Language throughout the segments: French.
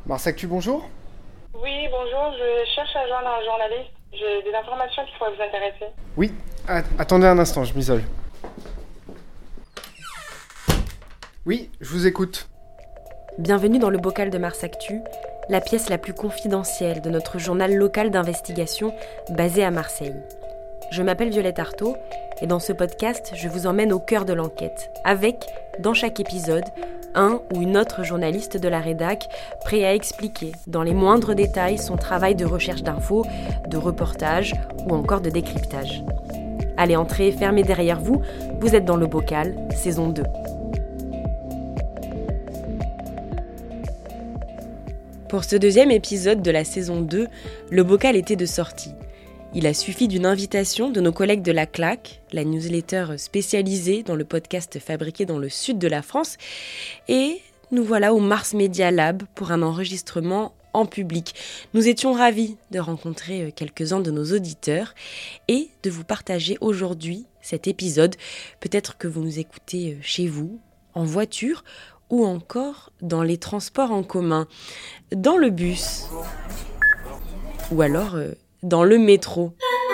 Mars Actu, bonjour. Oui, bonjour, je cherche à joindre un journaliste. J'ai des informations qui pourraient vous intéresser. Oui, attendez un instant, je m'isole. Oui, je vous écoute. Bienvenue dans le bocal de Mars Actu, la pièce la plus confidentielle de notre journal local d'investigation basé à Marseille. Je m'appelle Violette Artaud et dans ce podcast, je vous emmène au cœur de l'enquête, avec, dans chaque épisode, un ou une autre journaliste de la rédac prêt à expliquer dans les moindres détails son travail de recherche d'infos, de reportage ou encore de décryptage. Allez, entrez, fermez derrière vous, vous êtes dans le bocal, saison 2. Pour ce deuxième épisode de la saison 2, le bocal était de sortie. Il a suffi d'une invitation de nos collègues de La Claque, la newsletter spécialisée dans le podcast fabriqué dans le sud de la France, et nous voilà au Mars Media Lab pour un enregistrement en public. Nous étions ravis de rencontrer quelques-uns de nos auditeurs et de vous partager aujourd'hui cet épisode. Peut-être que vous nous écoutez chez vous, en voiture, ou encore dans les transports en commun, dans le bus, ou alors dans le métro.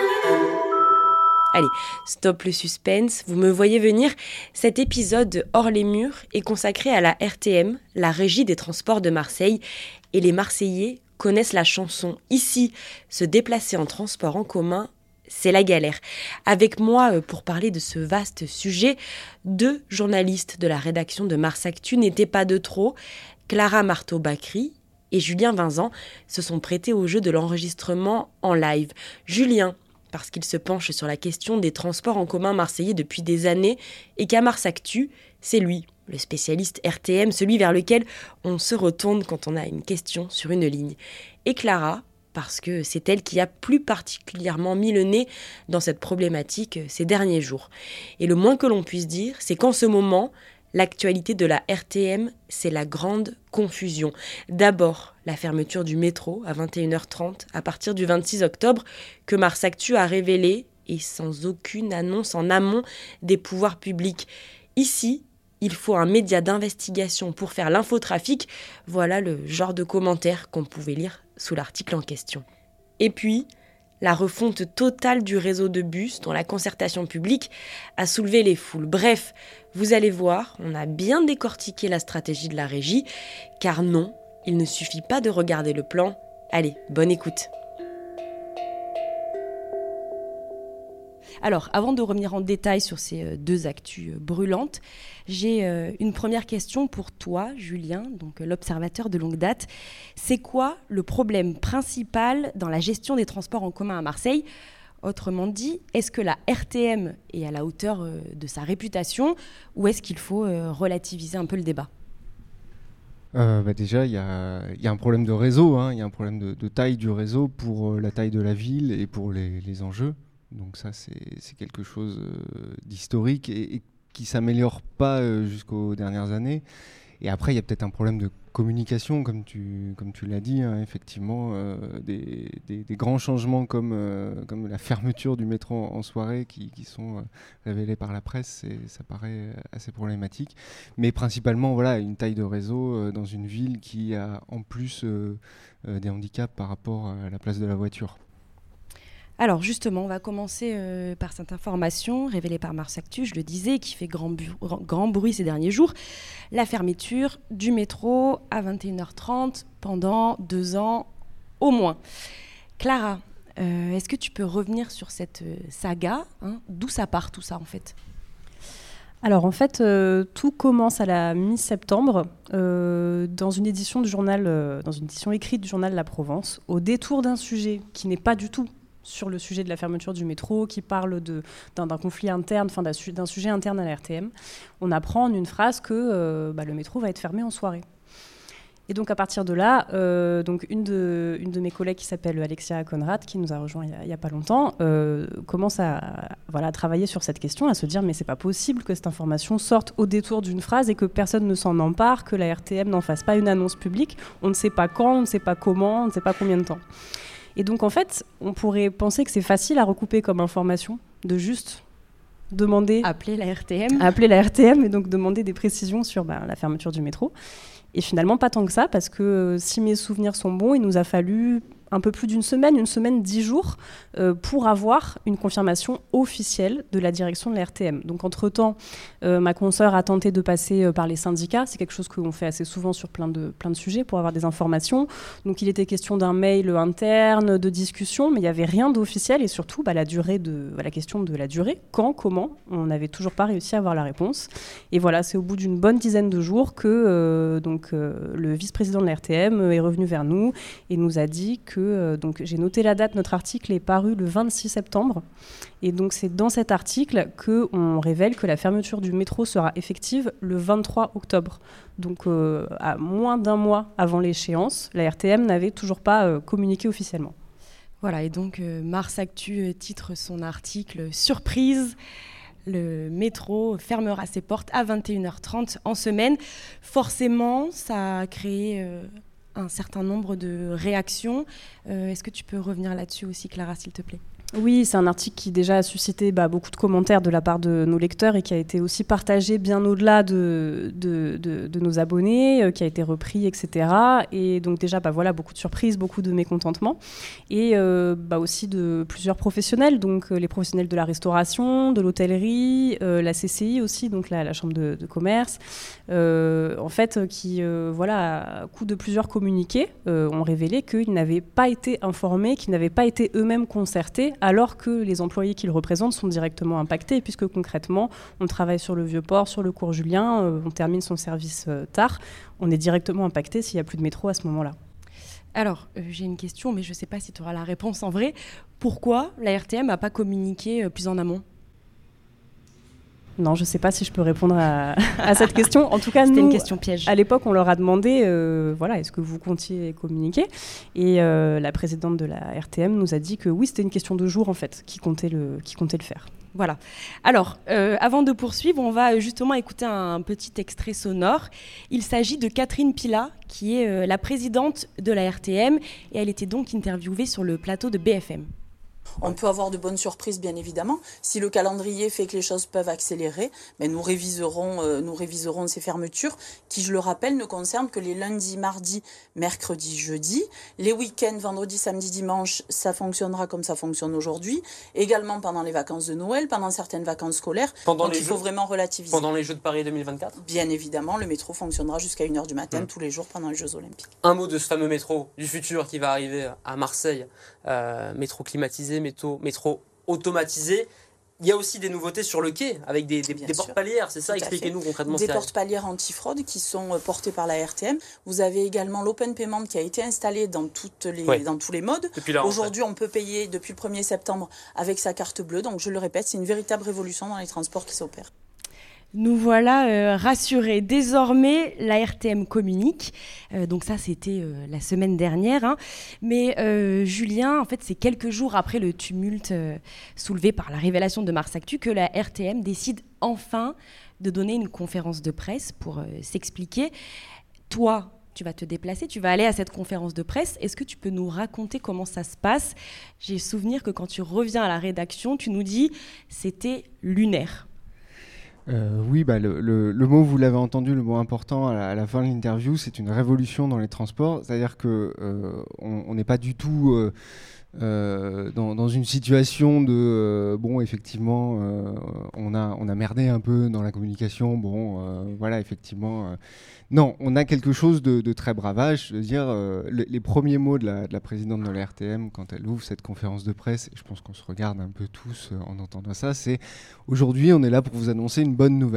Allez, stop le suspense, vous me voyez venir. Cet épisode hors les murs est consacré à la RTM, la Régie des Transports de Marseille, et les Marseillais connaissent la chanson. Ici, se déplacer en transport en commun, c'est la galère. Avec moi, pour parler de ce vaste sujet, 2 journalistes de la rédaction de Mars Actu n'étaient pas de trop. Clara Marteau-Bacry et Julien Vincent se sont prêtés au jeu de l'enregistrement en live. Julien, parce qu'il se penche sur la question des transports en commun marseillais depuis des années, et qu'à Mars Actu, c'est lui, le spécialiste RTM, celui vers lequel on se retourne quand on a une question sur une ligne. Et Clara, parce que c'est elle qui a plus particulièrement mis le nez dans cette problématique ces derniers jours. Et le moins que l'on puisse dire, c'est qu'en ce moment, l'actualité de la RTM, c'est la grande confusion. D'abord, la fermeture du métro à 21h30 à partir du 26 octobre que Mars Actu a révélé, et sans aucune annonce en amont des pouvoirs publics. Ici, il faut un média d'investigation pour faire l'infotrafic. Voilà le genre de commentaires qu'on pouvait lire sous l'article en question. Et puis, la refonte totale du réseau de bus dont la concertation publique a soulevé les foules. Bref, vous allez voir, on a bien décortiqué la stratégie de la régie, car non, il ne suffit pas de regarder le plan. Allez, bonne écoute. Alors, avant de revenir en détail sur ces 2 actus brûlantes, j'ai une première question pour toi, Julien, donc l'observateur de longue date. C'est quoi le problème principal dans la gestion des transports en commun à Marseille ? Autrement dit, est-ce que la RTM est à la hauteur de sa réputation ou est-ce qu'il faut relativiser un peu le débat ? Déjà, il y a un problème de réseau, il y a un problème de taille du réseau pour la taille de la ville et pour les enjeux. Donc ça, c'est quelque chose d'historique et qui ne s'améliore pas jusqu'aux dernières années. Et après, il y a peut-être un problème de communication, comme tu l'as dit, effectivement, des grands changements comme la fermeture du métro en soirée qui sont révélés par la presse, ça paraît assez problématique. Mais principalement, voilà, une taille de réseau dans une ville qui a en plus des handicaps par rapport à la place de la voiture. Alors justement, on va commencer par cette information révélée par Mars Actu, je le disais, qui fait grand bruit ces derniers jours. La fermeture du métro à 21h30 pendant 2 ans au moins. Clara, est-ce que tu peux revenir sur cette saga, d'où ça part tout ça en fait ? Alors en fait, tout commence à la mi-septembre dans une édition du journal, dans une édition écrite du journal La Provence, au détour d'un sujet qui n'est pas du tout sur le sujet de la fermeture du métro, qui parle d'un conflit interne, d'un sujet interne à la RTM. On apprend en une phrase que le métro va être fermé en soirée. Et donc à partir de là, donc une de mes collègues qui s'appelle Alexia Conrad, qui nous a rejoint il y a pas longtemps, commence à travailler sur cette question, à se dire mais c'est pas possible que cette information sorte au détour d'une phrase et que personne ne s'en empare, que la RTM n'en fasse pas une annonce publique. On ne sait pas quand, on ne sait pas comment, on ne sait pas combien de temps. Et donc en fait, on pourrait penser que c'est facile à recouper comme information, de juste appeler la RTM et donc demander des précisions sur la fermeture du métro. Et finalement, pas tant que ça, parce que si mes souvenirs sont bons, il nous a fallu un peu plus d'une semaine, 10 jours, pour avoir une confirmation officielle de la direction de la RTM. Donc entre-temps, ma consoeur a tenté de passer par les syndicats. C'est quelque chose qu'on fait assez souvent sur plein de sujets pour avoir des informations. Donc il était question d'un mail interne, de discussion, mais il n'y avait rien d'officiel et surtout la question de la durée. Quand, comment, on n'avait toujours pas réussi à avoir la réponse. Et voilà, c'est au bout d'une bonne dizaine de jours que le vice-président de la RTM est revenu vers nous et nous a dit que donc j'ai noté la date, notre article est paru le 26 septembre et donc c'est dans cet article qu'on révèle que la fermeture du métro sera effective le 23 octobre. Donc à moins d'un mois avant l'échéance, la RTM n'avait toujours pas communiqué officiellement. Voilà, et donc Mars Actu titre son article « Surprise ». Le métro fermera ses portes à 21h30 en semaine. Forcément, ça a créé un certain nombre de réactions. Est-ce que tu peux revenir là-dessus aussi, Clara, s'il te plaît ? Oui, c'est un article qui déjà a suscité beaucoup de commentaires de la part de nos lecteurs et qui a été aussi partagé bien au-delà de nos abonnés, qui a été repris, etc. Et donc déjà, beaucoup de surprises, beaucoup de mécontentement. Et aussi de plusieurs professionnels, donc les professionnels de la restauration, de l'hôtellerie, la CCI aussi, donc la chambre de commerce, qui, à coup de plusieurs communiqués, ont révélé qu'ils n'avaient pas été informés, qu'ils n'avaient pas été eux-mêmes concertés, alors que les employés qu'ils représentent sont directement impactés, puisque concrètement, on travaille sur le Vieux-Port, sur le cours Julien, on termine son service tard, on est directement impacté s'il n'y a plus de métro à ce moment-là. Alors, j'ai une question, mais je ne sais pas si tu auras la réponse en vrai. Pourquoi la RTM n'a pas communiqué plus en amont ? Non, je ne sais pas si je peux répondre à cette question. En tout cas, c'était nous, une question piège. À l'époque, on leur a demandé est-ce que vous comptiez communiquer ? Et la présidente de la RTM nous a dit que oui, c'était une question de jour, en fait, qui comptait le faire. Voilà. Alors, avant de poursuivre, on va justement écouter un petit extrait sonore. Il s'agit de Catherine Pila, qui est la présidente de la RTM, et elle était donc interviewée sur le plateau de BFM. On peut avoir de bonnes surprises, bien évidemment. Si le calendrier fait que les choses peuvent accélérer, nous réviserons ces fermetures qui, je le rappelle, ne concernent que les lundis, mardis, mercredis, jeudis. Les week-ends, vendredi, samedi, dimanche, ça fonctionnera comme ça fonctionne aujourd'hui. Également pendant les vacances de Noël, pendant certaines vacances scolaires. Donc il faut vraiment relativiser. Pendant les Jeux de Paris 2024 ? Bien évidemment, le métro fonctionnera jusqu'à 1h du matin tous les jours pendant les Jeux Olympiques. Un mot de ce fameux métro du futur qui va arriver à Marseille. Métro climatisé, métro automatisé. Il y a aussi des nouveautés sur le quai avec des porte-palières, c'est ça ? Expliquez-nous concrètement. Des porte-palières anti-fraude qui sont portées par la RTM. Vous avez également l'open payment qui a été installé dans tous les modes. Aujourd'hui, on peut payer depuis le 1er septembre avec sa carte bleue. Donc je le répète, c'est une véritable révolution dans les transports qui s'opèrent. Nous voilà rassurés. Désormais, la RTM communique. Donc ça, c'était la semaine dernière. Mais Julien, en fait, c'est quelques jours après le tumulte soulevé par la révélation de Mars Actu que la RTM décide enfin de donner une conférence de presse pour s'expliquer. Toi, tu vas te déplacer, tu vas aller à cette conférence de presse. Est-ce que tu peux nous raconter comment ça se passe ? J'ai souvenir que quand tu reviens à la rédaction, tu nous dis c'était lunaire. Oui, le mot, vous l'avez entendu, le mot important à la fin de l'interview, c'est une révolution dans les transports. C'est-à-dire qu'on n'est pas du tout dans une situation de effectivement, on a merdé un peu dans la communication. Effectivement. Non, on a quelque chose de très bravage. Je veux dire, les premiers mots de la présidente de la RTM quand elle ouvre cette conférence de presse, et je pense qu'on se regarde un peu tous en entendant ça, c'est « Aujourd'hui, on est là pour vous annoncer une bonne nouvelle ».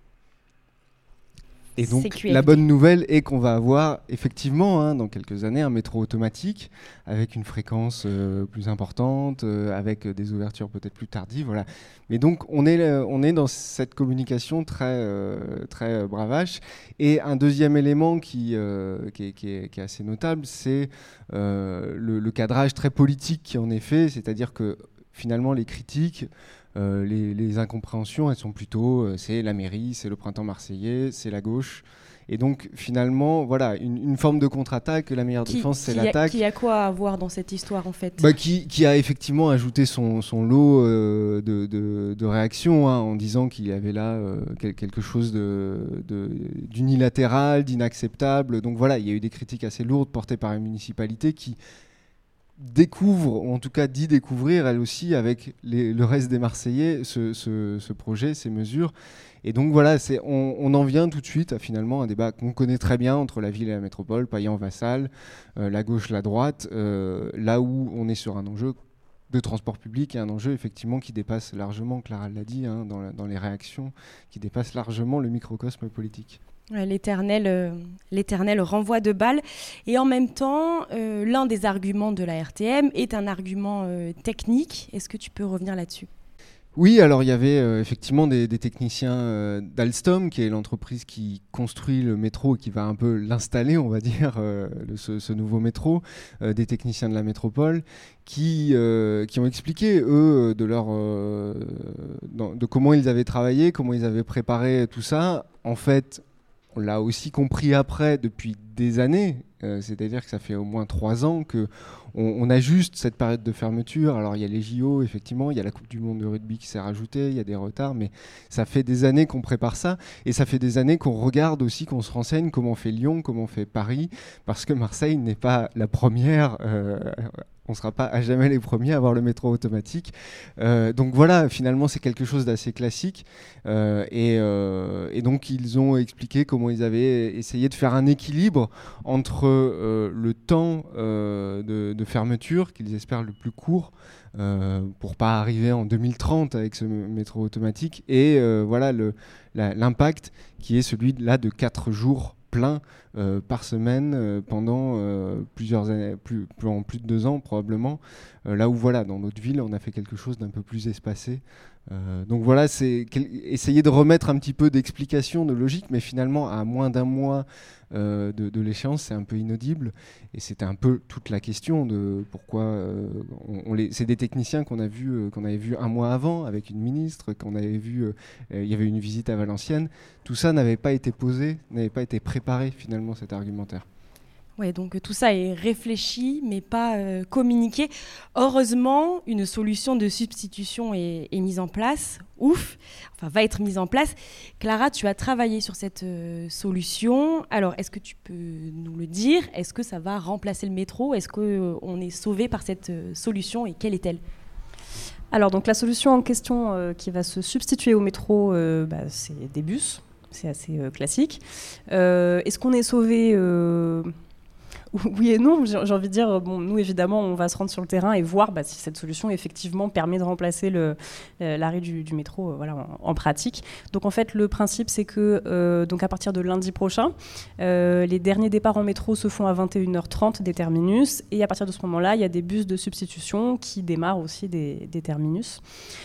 Et donc, CQFD. La bonne nouvelle est qu'on va avoir effectivement, dans quelques années, un métro automatique avec une fréquence plus importante, avec des ouvertures peut-être plus tardives. Voilà. Mais donc, on est dans cette communication très, très bravache. Et un deuxième élément qui est assez notable, c'est le cadrage très politique qui en est fait. C'est-à-dire que finalement, les critiques... les incompréhensions, elles sont plutôt c'est la mairie, c'est le printemps marseillais, c'est la gauche. Et donc finalement, voilà, une forme de contre-attaque, la meilleure défense c'est l'attaque. Qui a quoi à voir dans cette histoire en fait? Qui a effectivement ajouté son lot de réactions, en disant qu'il y avait là quelque chose d'unilatéral, d'inacceptable. Donc voilà, il y a eu des critiques assez lourdes portées par la municipalité qui découvre, ou en tout cas dit découvrir elle aussi avec le reste des Marseillais ce projet, ces mesures. Et donc voilà, on en vient tout de suite à finalement un débat qu'on connaît très bien entre la ville et la métropole, Payan-Vassal, la gauche, la droite, là où on est sur un enjeu de transport public et un enjeu effectivement qui dépasse largement, Clara l'a dit dans les réactions, qui dépasse largement le microcosme politique. L'éternel renvoi de balles. Et en même temps, l'un des arguments de la RTM est un argument technique. Est-ce que tu peux revenir là-dessus ? Oui, alors il y avait effectivement des techniciens d'Alstom, qui est l'entreprise qui construit le métro et qui va un peu l'installer, on va dire, ce nouveau métro, des techniciens de la métropole, qui ont expliqué, eux, de comment ils avaient travaillé, comment ils avaient préparé tout ça. En fait, on l'a aussi compris après, depuis des années, c'est-à-dire que ça fait au moins 3 ans qu'on ajuste cette période de fermeture. Alors il y a les JO, effectivement, il y a la Coupe du Monde de rugby qui s'est rajoutée, il y a des retards, mais ça fait des années qu'on prépare ça, et ça fait des années qu'on regarde aussi, qu'on se renseigne comment fait Lyon, comment fait Paris, parce que Marseille n'est pas la première... on ne sera pas à jamais les premiers à avoir le métro automatique. Donc voilà, finalement, c'est quelque chose d'assez classique. Et donc, ils ont expliqué comment ils avaient essayé de faire un équilibre entre le temps de fermeture, qu'ils espèrent le plus court, pour pas arriver en 2030 avec ce métro automatique, et voilà l'impact qui est celui-là de 4 jours plein par semaine pendant plusieurs années, plus de 2 ans probablement, là où voilà, dans notre ville on a fait quelque chose d'un peu plus espacé. Donc voilà, c'est essayer de remettre un petit peu d'explication, de logique, mais finalement à moins d'1 mois de l'échéance, c'est un peu inaudible, et c'était un peu toute la question de pourquoi c'est des techniciens qu'on avait vu 1 mois avant avec une ministre, qu'on avait vu, il y avait une visite à Valenciennes, tout ça n'avait pas été posé, n'avait pas été préparé finalement, cet argumentaire. Ouais, donc tout ça est réfléchi, mais pas communiqué. Heureusement, une solution de substitution est mise en place. Va être mise en place. Clara, tu as travaillé sur cette solution. Alors, est-ce que tu peux nous le dire ? Est-ce que ça va remplacer le métro ? Est-ce qu'on est sauvé par cette solution, et quelle est-elle ? Alors, donc la solution en question qui va se substituer au métro, c'est des bus. C'est assez classique. Est-ce qu'on est sauvé ? Oui et non, j'ai envie de dire, nous évidemment on va se rendre sur le terrain et voir si cette solution effectivement permet de remplacer l'arrêt du métro en pratique. Donc en fait le principe c'est que donc à partir de lundi prochain, les derniers départs en métro se font à 21h30 des terminus, et à partir de ce moment-là il y a des bus de substitution qui démarrent aussi des terminus.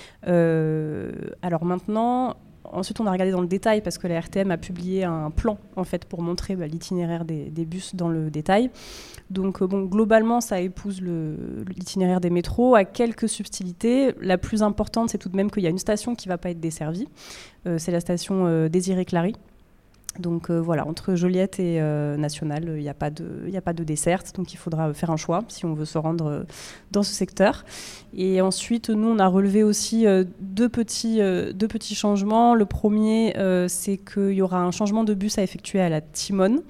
Alors maintenant... Ensuite, on a regardé dans le détail parce que la RTM a publié un plan en fait, pour montrer l'itinéraire des bus dans le détail. Donc, globalement, ça épouse l'itinéraire des métros à quelques subtilités. La plus importante, c'est tout de même qu'il y a une station qui ne va pas être desservie. C'est la station Désiré-Clary. Donc entre Joliette et National, il n'y a pas de desserte, donc il faudra faire un choix si on veut se rendre dans ce secteur. Et ensuite, nous, on a relevé aussi deux petits changements. Le premier, c'est qu'il y aura un changement de bus à effectuer à la Timone.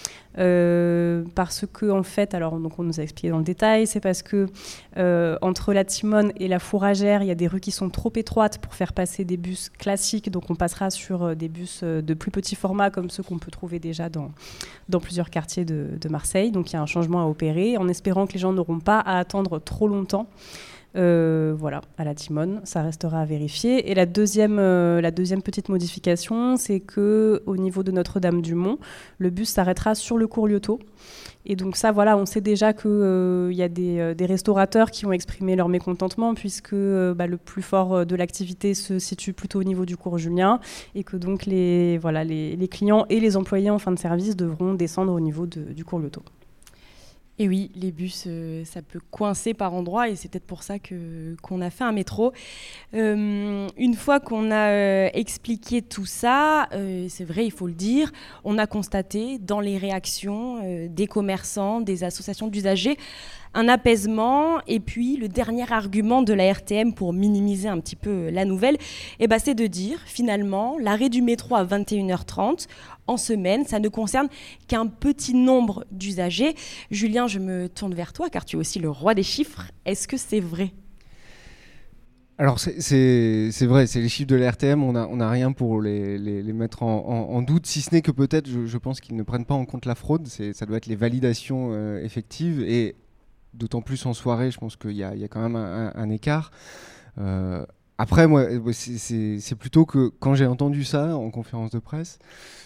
Parce que en fait, alors donc on nous a expliqué dans le détail, c'est parce que entre la Timone et la Fourragère, il y a des rues qui sont trop étroites pour faire passer des bus classiques, donc on passera sur des bus de plus petit format comme ceux qu'on peut trouver déjà dans plusieurs quartiers de Marseille. Donc il y a un changement à opérer, en espérant que les gens n'auront pas à attendre trop longtemps. À la Timone, ça restera à vérifier. Et la deuxième petite modification, c'est qu'au niveau de Notre-Dame-du-Mont, le bus s'arrêtera sur le cours Liotto. Et donc ça, on sait déjà qu'il y a des restaurateurs qui ont exprimé leur mécontentement, puisque le plus fort de l'activité se situe plutôt au niveau du cours Julien, et que donc les clients et les employés en fin de service devront descendre au niveau du cours Liotto. Et oui, les bus, ça peut coincer par endroits et c'est peut-être pour ça qu'on a fait un métro. Une fois qu'on a expliqué tout ça, c'est vrai, il faut le dire, on a constaté dans les réactions des commerçants, des associations d'usagers, un apaisement. Et puis, le dernier argument de la RTM pour minimiser un petit peu la nouvelle, c'est de dire, finalement, l'arrêt du métro à 21h30 en semaine, ça ne concerne qu'un petit nombre d'usagers. Julien, je me tourne vers toi, car tu es aussi le roi des chiffres. Est-ce que c'est vrai ? Alors c'est vrai, c'est les chiffres de la RTM, on a rien pour les mettre en doute, si ce n'est que peut-être, je pense qu'ils ne prennent pas en compte la fraude, ça doit être les validations effectives, et d'autant plus en soirée, je pense qu'il y a quand même un écart. Après, moi, c'est plutôt que quand j'ai entendu ça en conférence de presse,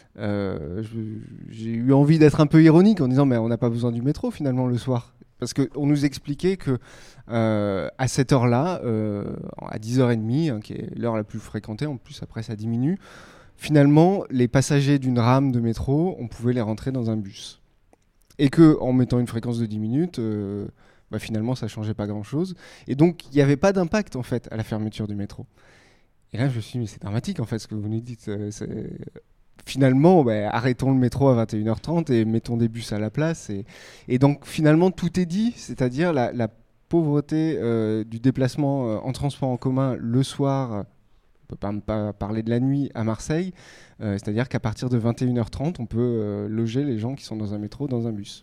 j'ai eu envie d'être un peu ironique en disant mais on n'a pas besoin du métro finalement le soir. Parce qu'on nous expliquait que à cette heure-là, à 10h30, qui est l'heure la plus fréquentée, en plus après ça diminue, finalement les passagers d'une rame de métro, on pouvait les rentrer dans un bus. Et qu'en mettant une fréquence de 10 minutes, finalement ça ne changeait pas grand-chose. Et donc il n'y avait pas d'impact en fait à la fermeture du métro. Et là je me suis dit mais c'est dramatique en fait ce que vous nous dites. Finalement, arrêtons le métro à 21h30 et mettons des bus à la place. Et donc, finalement, tout est dit, c'est-à-dire la pauvreté du déplacement en transport en commun le soir, on ne peut pas parler de la nuit à Marseille, c'est-à-dire qu'à partir de 21h30, on peut loger les gens qui sont dans un métro, dans un bus.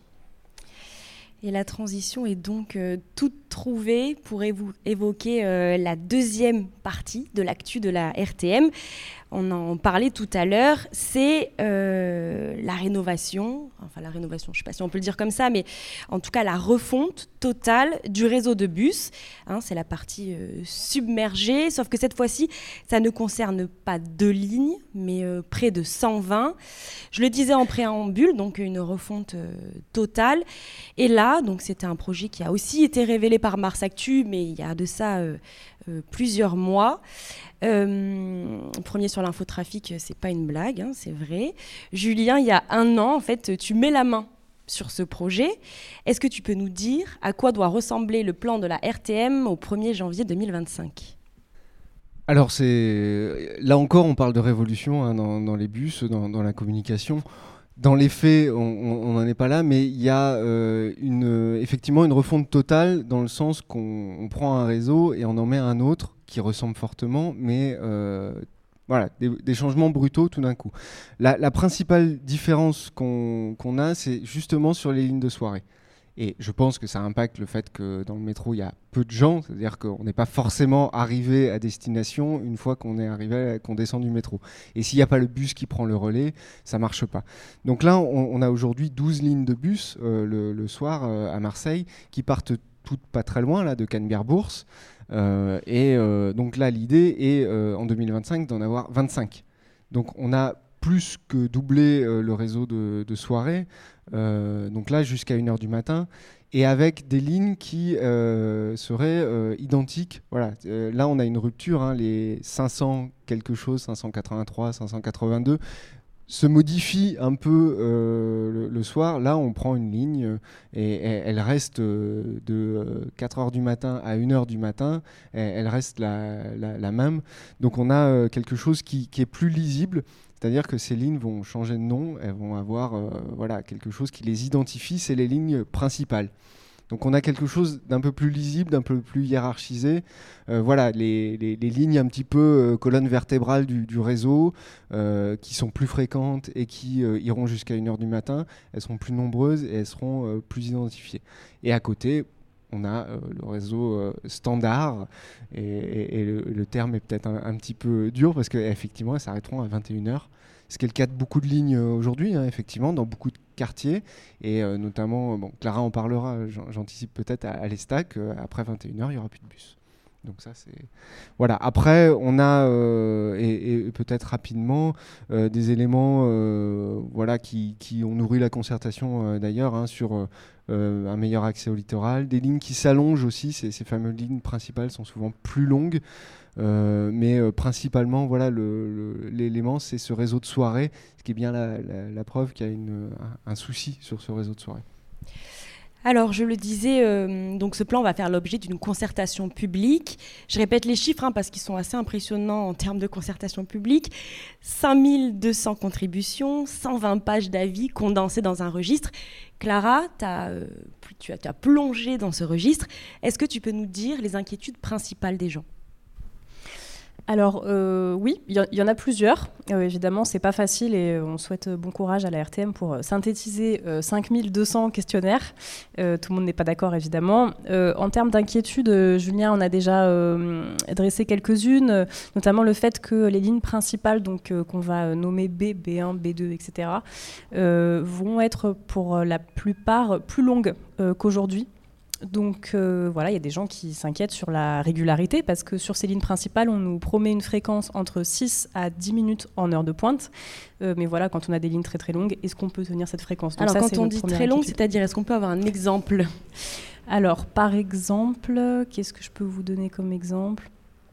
Et la transition est donc toute trouvée pour évoquer la deuxième partie de l'actu de la RTM. On en parlait tout à l'heure, c'est la rénovation, je ne sais pas si on peut le dire comme ça, mais en tout cas la refonte totale du réseau de bus. C'est la partie submergée, sauf que cette fois-ci, ça ne concerne pas 2 lignes, mais près de 120. Je le disais en préambule, donc une refonte totale. Et là, donc c'était un projet qui a aussi été révélé par Mars Actu, mais il y a de ça plusieurs mois. Premier sur l'infotrafic, c'est pas une blague, c'est vrai. Julien, il y a 1 an, en fait, tu mets la main sur ce projet. Est-ce que tu peux nous dire à quoi doit ressembler le plan de la RTM au 1er janvier 2025 ? Alors là encore, on parle de révolution dans les bus, dans la communication. Dans les faits, on n'en est pas là, mais il y a effectivement une refonte totale dans le sens qu'on prend un réseau et on en met un autre qui ressemble fortement, mais des changements brutaux tout d'un coup. La principale différence qu'on a, c'est justement sur les lignes de soirée. Et je pense que ça impacte le fait que dans le métro, il y a peu de gens, c'est-à-dire qu'on n'est pas forcément arrivé à destination une fois qu'on descend du métro. Et s'il n'y a pas le bus qui prend le relais, ça ne marche pas. Donc là, on a aujourd'hui 12 lignes de bus le soir à Marseille qui partent toutes pas très loin là, de Canebière-Bourse. Donc là, l'idée est en 2025 d'en avoir 25. Donc on a plus que doublé le réseau de soirée. Donc là jusqu'à 1h du matin et avec des lignes qui seraient identiques. Voilà. Là on a une rupture, les 500 quelque chose, 583, 582 se modifient un peu le soir. Là on prend une ligne et elle reste de 4h du matin à 1h du matin, elle reste la même. Donc on a quelque chose qui est plus lisible. C'est-à-dire que ces lignes vont changer de nom, elles vont avoir quelque chose qui les identifie, c'est les lignes principales. Donc on a quelque chose d'un peu plus lisible, d'un peu plus hiérarchisé. Les lignes un petit peu colonne vertébrale du réseau, qui sont plus fréquentes et qui iront jusqu'à 1h du matin, elles seront plus nombreuses et elles seront plus identifiées. Et à côté, on a le réseau standard, et le terme est peut-être un petit peu dur parce qu'effectivement, elles s'arrêteront à 21h. Ce qui est le cas de beaucoup de lignes aujourd'hui, effectivement, dans beaucoup de quartiers. Et notamment, Clara en parlera, j'anticipe peut-être à l'Estac, après 21h, il n'y aura plus de bus. Donc ça, c'est... Voilà. Après, on a, et peut-être rapidement, des éléments qui ont nourri la concertation d'ailleurs, sur un meilleur accès au littoral. Des lignes qui s'allongent aussi, ces fameuses lignes principales sont souvent plus longues. Mais principalement, l'élément, c'est ce réseau de soirée, ce qui est bien la preuve qu'il y a un souci sur ce réseau de soirée. Alors, je le disais, donc ce plan va faire l'objet d'une concertation publique. Je répète les chiffres parce qu'ils sont assez impressionnants en termes de concertation publique. 5200 contributions, 120 pages d'avis condensées dans un registre. Clara, tu as plongé dans ce registre. Est-ce que tu peux nous dire les inquiétudes principales des gens ? Alors oui, il y en a plusieurs. Évidemment, c'est pas facile et on souhaite bon courage à la RTM pour synthétiser 5200 questionnaires. Tout le monde n'est pas d'accord, évidemment. En termes d'inquiétude, Julien en a déjà dressé quelques-unes, notamment le fait que les lignes principales, donc qu'on va nommer B, B1, B2, etc., vont être pour la plupart plus longues qu'aujourd'hui. Donc voilà, il y a des gens qui s'inquiètent sur la régularité parce que sur ces lignes principales, on nous promet une fréquence entre 6 à 10 minutes en heure de pointe. Mais voilà, quand on a des lignes très très longues, est-ce qu'on peut tenir cette fréquence ? Donc alors ça, quand on dit très longue, c'est-à-dire est-ce qu'on peut avoir un exemple ? Alors par exemple, qu'est-ce que je peux vous donner comme exemple ?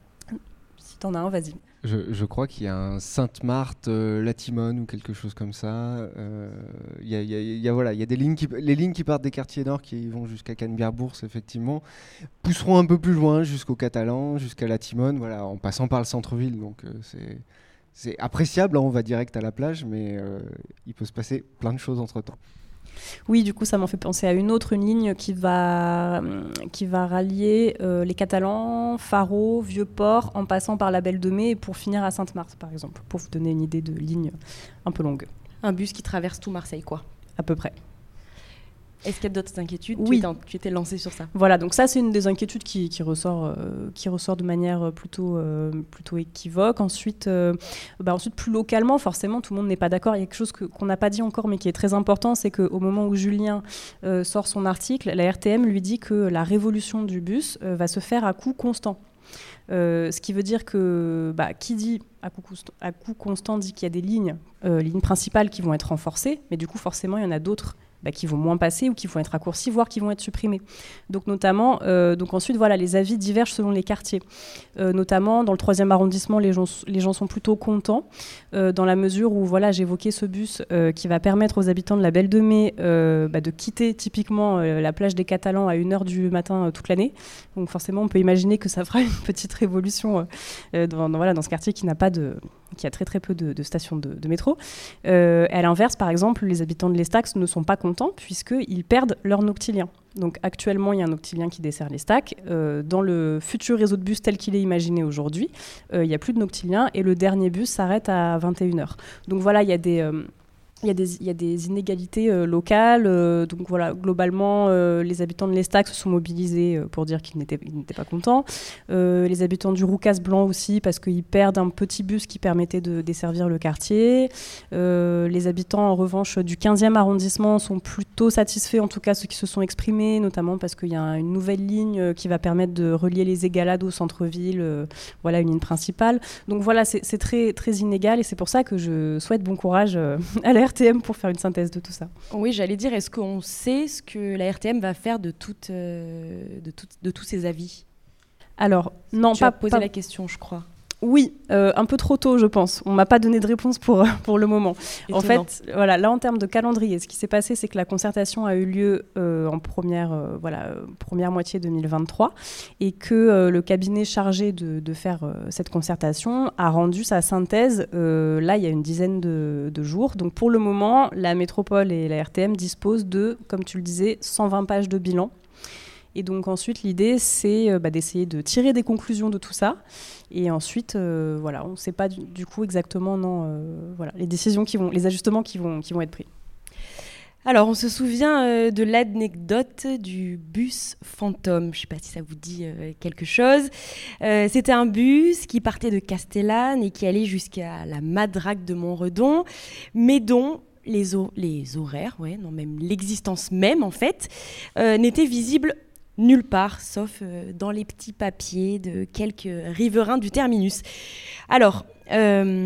Si t'en as un, vas-y. Je crois qu'il y a un Sainte-Marthe, Latimone ou quelque chose comme ça. Il y a des lignes les lignes qui partent des quartiers nord qui vont jusqu'à Canebière-Bourse, effectivement, pousseront un peu plus loin jusqu'au Catalan, jusqu'à Latimone, voilà, en passant par le centre-ville. Donc c'est appréciable, hein, on va direct à la plage, mais il peut se passer plein de choses entre-temps. Oui, du coup, ça m'en fait penser à une ligne qui va rallier les Catalans, Faro, Vieux-Port, en passant par la Belle de Mai, pour finir à Sainte-Marthe, par exemple, pour vous donner une idée de ligne un peu longue. Un bus qui traverse tout Marseille, quoi. À peu près. Est-ce qu'il y a d'autres inquiétudes ? Oui. Tu étais lancée sur ça. Voilà, donc ça, c'est une des inquiétudes qui ressort de manière plutôt équivoque. Ensuite, plus localement, forcément, tout le monde n'est pas d'accord. Il y a quelque chose qu'on n'a pas dit encore, mais qui est très important, c'est qu'au moment où Julien sort son article, la RTM lui dit que la révolution du bus va se faire à coût constant. Ce qui veut dire que qui dit à coût constant dit qu'il y a des lignes principales qui vont être renforcées, mais du coup, forcément, il y en a d'autres qui vont moins passer ou qui vont être raccourcis, voire qui vont être supprimés. Donc notamment, ensuite, voilà, les avis divergent selon les quartiers. Notamment, dans le 3e arrondissement, les gens sont plutôt contents, dans la mesure où, voilà, j'évoquais ce bus qui va permettre aux habitants de la Belle de Mai de quitter typiquement la plage des Catalans à 1h du matin toute l'année. Donc forcément, on peut imaginer que ça fera une petite révolution dans ce quartier qui a très très peu de stations de métro. Et à l'inverse, par exemple, les habitants de l'Estac ne sont pas contents puisqu'ils perdent leur noctilien. Donc actuellement, il y a un noctilien qui dessert l'Estac. Dans le futur réseau de bus tel qu'il est imaginé aujourd'hui, il n'y a plus de noctilien et le dernier bus s'arrête à 21h. Donc voilà, il y a des inégalités locales. Donc voilà, globalement, les habitants de l'Estac se sont mobilisés pour dire qu'ils n'étaient pas contents. Les habitants du Roucas Blanc aussi, parce qu'ils perdent un petit bus qui permettait de desservir le quartier. Les habitants, en revanche, du 15e arrondissement sont plutôt satisfaits, en tout cas ceux qui se sont exprimés, notamment parce qu'il y a une nouvelle ligne qui va permettre de relier les Égalades au centre-ville. Voilà, une ligne principale. Donc voilà, c'est très, très inégal et c'est pour ça que je souhaite bon courage à la RTM pour faire une synthèse de tout ça. Oui, j'allais dire, est-ce qu'on sait ce que la RTM va faire de tous ces avis ? Alors, non, tu as posé la question, je crois. Oui, un peu trop tôt, je pense. On ne m'a pas donné de réponse pour le moment. Étonnant. En fait, voilà, là, en termes de calendrier, ce qui s'est passé, c'est que la concertation a eu lieu en première moitié 2023 et que le cabinet chargé de faire cette concertation a rendu sa synthèse, là, il y a une dizaine de jours. Donc, pour le moment, la métropole et la RTM disposent de, comme tu le disais, 120 pages de bilan. Et donc ensuite, l'idée, c'est d'essayer de tirer des conclusions de tout ça. Et ensuite, on ne sait pas du coup exactement les ajustements qui vont être pris. Alors, on se souvient de l'anecdote du bus fantôme. Je ne sais pas si ça vous dit quelque chose. C'était un bus qui partait de Castellane et qui allait jusqu'à la Madrague de Montredon, mais dont les horaires, même l'existence même, en fait, n'étaient visibles nulle part, sauf dans les petits papiers de quelques riverains du terminus. Alors, on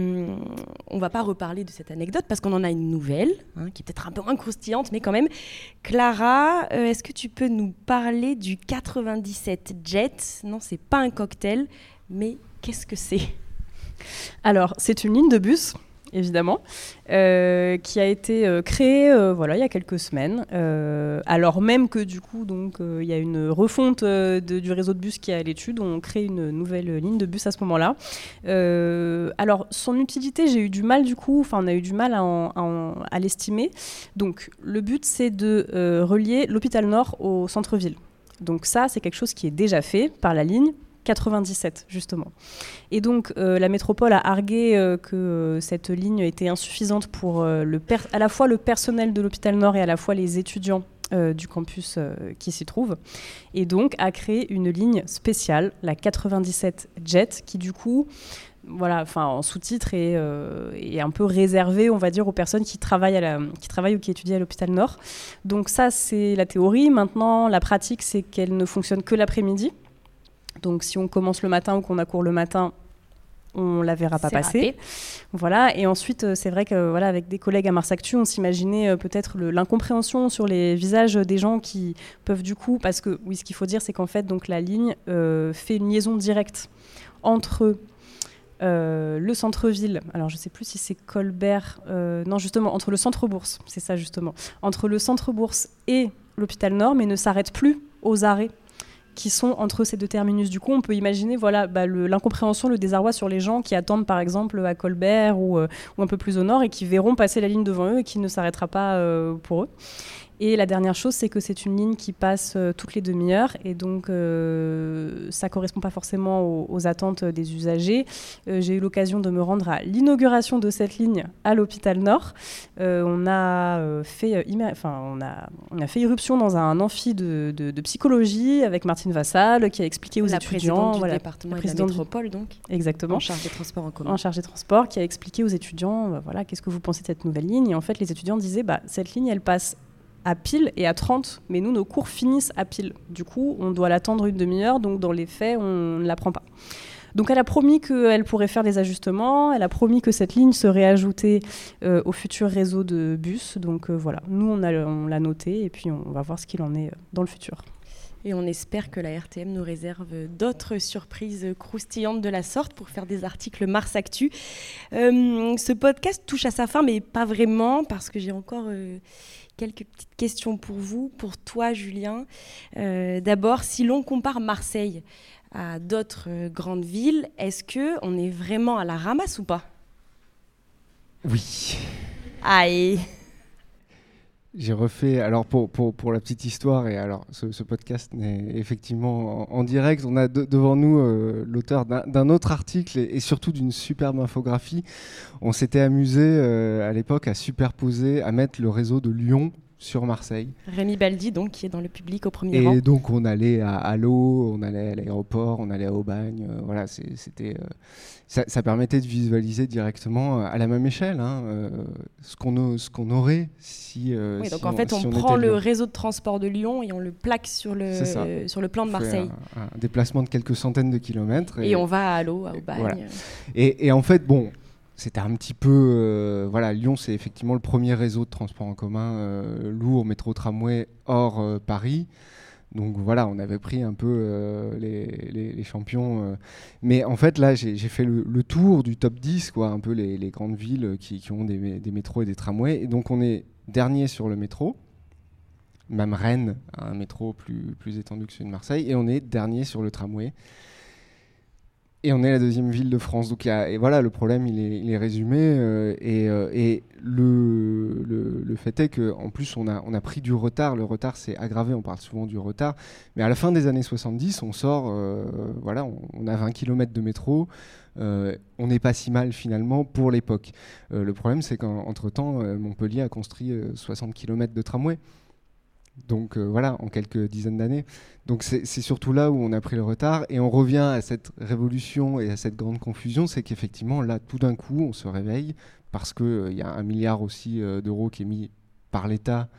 ne va pas reparler de cette anecdote parce qu'on en a une nouvelle, qui est peut-être un peu moins croustillante, mais quand même. Clara, est-ce que tu peux nous parler du 97 Jet ? Non, c'est pas un cocktail, mais qu'est-ce que c'est ? Alors, c'est une ligne de bus évidemment, qui a été créé il y a quelques semaines, alors même que du coup il y a une refonte du réseau de bus qui est à l'étude. On crée une nouvelle ligne de bus à ce moment-là. Alors son utilité, on a eu du mal à l'estimer. Donc le but, c'est de relier l'hôpital Nord au centre-ville. Donc ça, c'est quelque chose qui est déjà fait par la ligne 97, justement. Et donc, la métropole a argué que cette ligne était insuffisante pour à la fois le personnel de l'hôpital Nord et à la fois les étudiants du campus qui s'y trouvent. Et donc, a créé une ligne spéciale, la 97 Jet, qui du coup, en sous-titre est un peu réservée, on va dire, aux personnes qui travaillent ou qui étudient à l'hôpital Nord. Donc ça, c'est la théorie. Maintenant, la pratique, c'est qu'elle ne fonctionne que l'après-midi. Donc, si on commence le matin ou qu'on a cours le matin, on la verra pas passer. Voilà. Et ensuite, c'est vrai que avec des collègues à Mars Actu, on s'imaginait peut-être l'incompréhension sur les visages des gens qui peuvent du coup, parce que oui, ce qu'il faut dire, c'est qu'en fait, donc la ligne fait une liaison directe entre le centre-ville. Alors, je sais plus si c'est Colbert. Non, justement, entre le centre-bourse. C'est ça, justement. Entre le centre-bourse et l'hôpital Nord, mais ne s'arrête plus aux arrêts qui sont entre ces deux terminus. Du coup, on peut imaginer l'incompréhension, le désarroi sur les gens qui attendent par exemple à Colbert ou un peu plus au nord et qui verront passer la ligne devant eux et qui ne s'arrêtera pas pour eux. Et la dernière chose, c'est que c'est une ligne qui passe toutes les demi-heures et donc ça ne correspond pas forcément aux attentes des usagers. J'ai eu l'occasion de me rendre à l'inauguration de cette ligne à l'hôpital Nord. On a fait irruption dans un amphi de psychologie avec Martine Vassal qui a expliqué aux étudiants... La présidente du département et de la métropole, donc. Exactement. En charge des transports en commun. En charge des transports, qui a expliqué aux étudiants qu'est-ce que vous pensez de cette nouvelle ligne. Et en fait, les étudiants disaient cette ligne, elle passe à pile et à 30, mais nous, nos cours finissent à pile. Du coup, on doit l'attendre une demi-heure, donc dans les faits, on ne la prend pas. Donc elle a promis qu'elle pourrait faire des ajustements, elle a promis que cette ligne serait ajoutée au futur réseau de bus. Donc nous, on l'a noté et puis on va voir ce qu'il en est dans le futur. Et on espère que la RTM nous réserve d'autres surprises croustillantes de la sorte pour faire des articles Mars Actu. Ce podcast touche à sa fin, mais pas vraiment, parce que j'ai encore quelques petites questions pour vous, pour toi, Julien. D'abord, si l'on compare Marseille à d'autres grandes villes, est-ce qu'on est vraiment à la ramasse ou pas ? Oui. Aïe. J'ai refait, alors pour la petite histoire, et alors ce podcast est effectivement en direct, on a devant nous l'auteur d'un autre article et surtout d'une superbe infographie. On s'était amusé à l'époque à superposer, à mettre le réseau de Lyon sur Marseille. Rémi Baldi, donc, qui est dans le public au premier rang. Et donc on allait à l'eau, on allait à l'aéroport, on allait à Aubagne, ça permettait de visualiser directement à la même échelle ce qu'on aurait si... oui, donc en fait, on prend le réseau de transport de Lyon et on le plaque sur le plan de Marseille. Un déplacement de quelques centaines de kilomètres. Et on va à l'eau, à Aubagne. Voilà. Et en fait, bon... C'était un petit peu... Lyon, c'est effectivement le premier réseau de transport en commun lourd, métro, tramway, hors Paris. Donc voilà, on avait pris un peu les champions. Mais en fait, là, j'ai fait le tour du top 10, un peu les grandes villes qui ont des métros et des tramways. Et donc, on est dernier sur le métro. Même Rennes a un métro plus étendu que celui de Marseille. Et on est dernier sur le tramway. Et on est la deuxième ville de France. Donc le problème, il est résumé. Et le fait est qu'en plus, on a pris du retard. Le retard s'est aggravé. On parle souvent du retard. Mais à la fin des années 70, on sort... on a 20 km de métro. On n'est pas si mal finalement pour l'époque. Le problème, c'est qu'entre-temps, Montpellier a construit 60 km de tramway. Donc en quelques dizaines d'années. Donc c'est surtout là où on a pris le retard et on revient à cette révolution et à cette grande confusion, c'est qu'effectivement là tout d'un coup on se réveille parce qu'il y a 1 milliard aussi d'euros qui est mis par l'État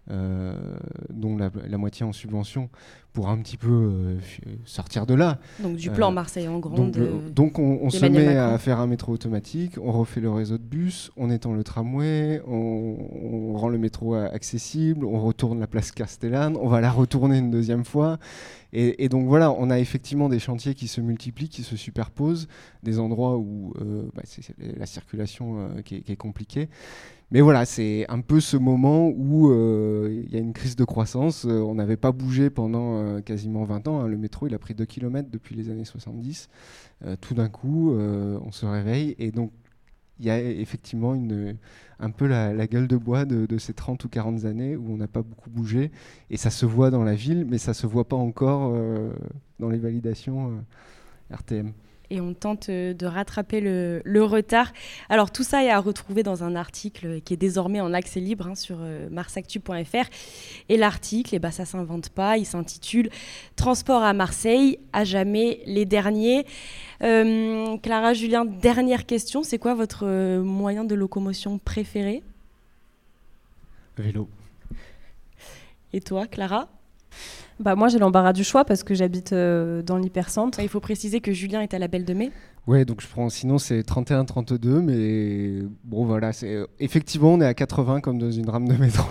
dont la moitié en subvention, pour un petit peu sortir de là. Donc du plan Marseille en grande. Donc on se met à faire un métro automatique, on refait le réseau de bus, on étend le tramway, on rend le métro accessible, on retourne la place Castellane, on va la retourner une deuxième fois. Et donc voilà, on a effectivement des chantiers qui se multiplient, qui se superposent, des endroits où c'est la circulation qui est compliquée. Mais voilà, c'est un peu ce moment où il y a une crise de croissance. On n'avait pas bougé pendant quasiment 20 ans. Hein. Le métro, il a pris 2 km depuis les années 70. Tout d'un coup, on se réveille. Et donc, il y a effectivement un peu la gueule de bois de ces 30 ou 40 années où on n'a pas beaucoup bougé. Et ça se voit dans la ville, mais ça ne se voit pas encore dans les validations RTM. Et on tente de rattraper le retard. Alors tout ça est à retrouver dans un article qui est désormais en accès libre sur marsactu.fr. Et l'article, ça s'invente pas, il s'intitule « Transport à Marseille, à jamais les derniers ». Clara, Julien, dernière question, c'est quoi votre moyen de locomotion préféré ? Vélo. Et toi, Clara ? Moi, j'ai l'embarras du choix parce que j'habite dans l'hypercentre. Il faut préciser que Julien est à la Belle de Mai. Ouais, donc sinon c'est 31-32, mais bon voilà, effectivement on est à 80 comme dans une rame de métro.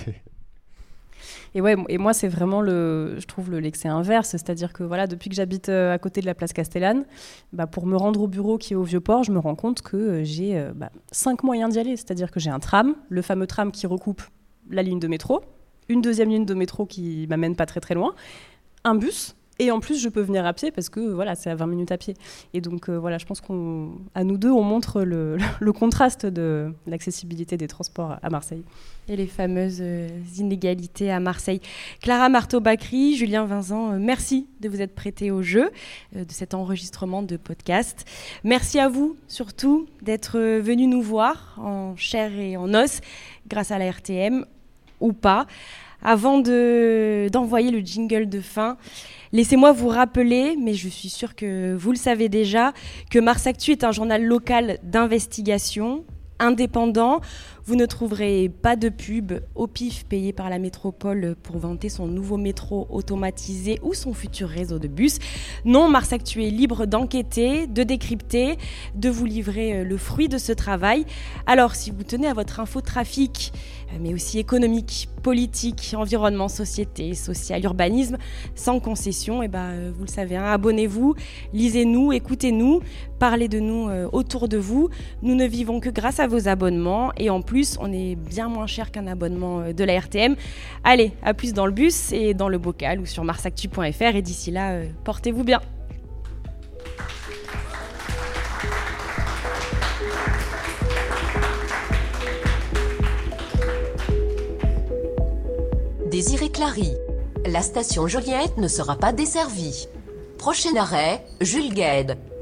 Et moi c'est vraiment je trouve l'excès inverse, c'est-à-dire que voilà, depuis que j'habite à côté de la place Castellane, pour me rendre au bureau qui est au Vieux-Port, je me rends compte que j'ai 5 moyens d'y aller, c'est-à-dire que j'ai un tram, le fameux tram qui recoupe la ligne de métro, une deuxième ligne de métro qui m'amène pas très très loin, un bus, et en plus je peux venir à pied parce que voilà, c'est à 20 minutes à pied. Et donc voilà, je pense qu'à nous deux, on montre le contraste de l'accessibilité des transports à Marseille. Et les fameuses inégalités à Marseille. Clara Marteau-Bacri, Julien Vincent, merci de vous être prêtés au jeu de cet enregistrement de podcast. Merci à vous surtout d'être venus nous voir en chair et en os grâce à la RTM. Ou pas. Avant d'envoyer le jingle de fin, laissez-moi vous rappeler, mais je suis sûre que vous le savez déjà, que Marsactu est un journal local d'investigation, indépendant. Vous ne trouverez pas de pub au pif payé par la métropole pour vanter son nouveau métro automatisé ou son futur réseau de bus. Non, Marsactu est libre d'enquêter, de décrypter, de vous livrer le fruit de ce travail. Alors, si vous tenez à votre infotrafic, mais aussi économique, politique, environnement, société, social, urbanisme, sans concession, vous le savez, abonnez-vous, lisez-nous, écoutez-nous, parlez de nous autour de vous. Nous ne vivons que grâce à vos abonnements et en plus, on est bien moins cher qu'un abonnement de la RTM. Allez, à plus dans le bus et dans le bocal ou sur marsactu.fr et d'ici là, portez-vous bien. Désiré-Clary. La station Joliette ne sera pas desservie. Prochain arrêt, Jules Guesde.